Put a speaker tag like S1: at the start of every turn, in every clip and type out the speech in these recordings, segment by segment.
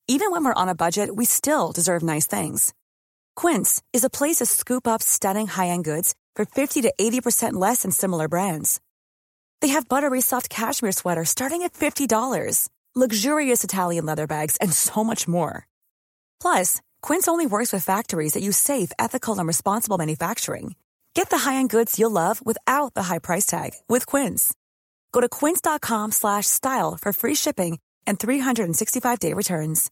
S1: Even when we're on a budget, we still deserve nice things. Quince is a place to scoop up stunning high-end goods for 50 to 80% less than similar brands. They have buttery soft cashmere sweaters starting at $50, luxurious Italian leather bags, and so much more. Plus, Quince only works with factories that use safe, ethical, and responsible manufacturing. Get the high-end goods you'll love without the high price tag with Quince. Go to quince.com/style for free shipping and 365-day returns.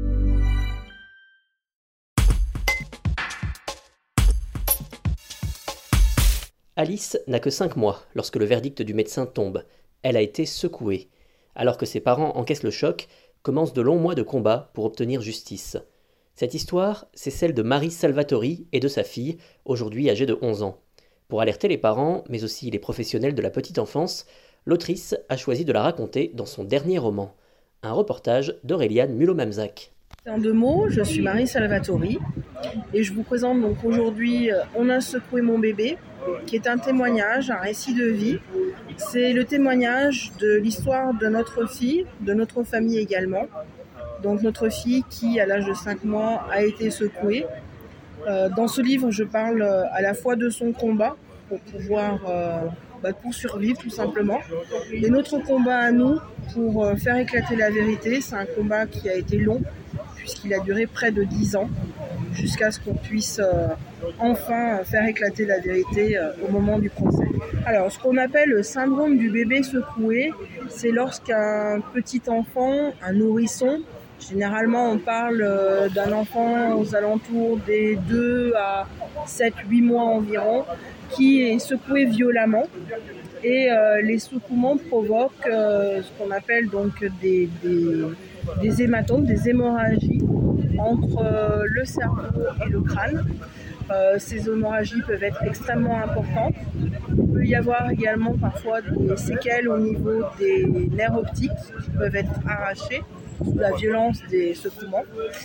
S2: Alice n'a que 5 mois lorsque le verdict du médecin tombe. Elle a été secouée. Alors que ses parents encaissent le choc, commencent de longs mois de combat pour obtenir justice. Cette histoire, c'est celle de Marie Salvatori et de sa fille, aujourd'hui âgée de 11 ans. Pour alerter les parents, mais aussi les professionnels de la petite enfance, l'autrice a choisi de la raconter dans son dernier roman. Un reportage d'Auréliane Mulot-Mamzak.
S3: En 2 mots, je suis Marie Salvatori et je vous présente donc aujourd'hui On a secoué mon bébé, qui est un témoignage, un récit de vie. C'est le témoignage de l'histoire de notre fille, de notre famille également. Donc notre fille qui, à l'âge de 5 mois, a été secouée. Dans ce livre, je parle à la fois de son combat pour pouvoir pour survivre tout simplement. Et notre combat à nous pour faire éclater la vérité, c'est un combat qui a été long puisqu'il a duré près de 10 ans jusqu'à ce qu'on puisse enfin faire éclater la vérité au moment du procès. Alors, ce qu'on appelle le syndrome du bébé secoué, c'est lorsqu'un petit enfant, un nourrisson, généralement on parle d'un enfant aux alentours des 2 à 7-8 mois environ, qui est secoué violemment. Et les secouements provoquent ce qu'on appelle donc des hématomes, des hémorragies entre le cerveau et le crâne. Ces hémorragies peuvent être extrêmement importantes. Il peut y avoir également parfois des séquelles au niveau des nerfs optiques qui peuvent être arrachés sous la violence des secouements.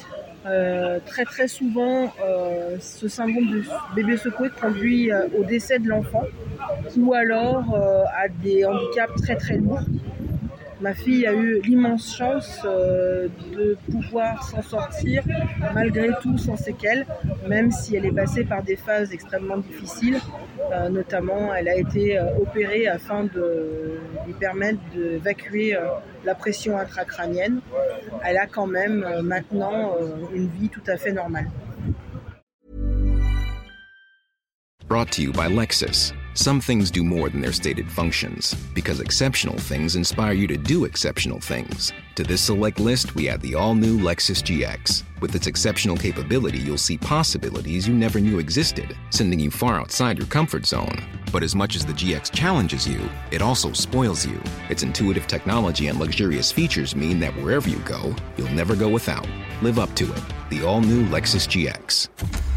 S3: Très très souvent, ce syndrome du bébé secoué conduit au décès de l'enfant ou alors à des handicaps très très lourds. Ma fille a eu l'immense chance de pouvoir s'en sortir malgré tout sans séquelles, même si elle est passée par des phases extrêmement difficiles. Notamment, elle a été opérée afin de lui permettre d'évacuer la pression intracrânienne. Elle a quand même maintenant une vie tout à fait normale.
S4: Brought to you by Lexus. Some things do more than their stated functions, because exceptional things inspire you to do exceptional things. To this select list, we add the all-new Lexus GX. With its exceptional capability, you'll see possibilities you never knew existed, sending you far outside your comfort zone. But as much as the GX challenges you, it also spoils you. Its intuitive technology and luxurious features mean that wherever you go, you'll never go without. Live up to it. The all-new Lexus GX.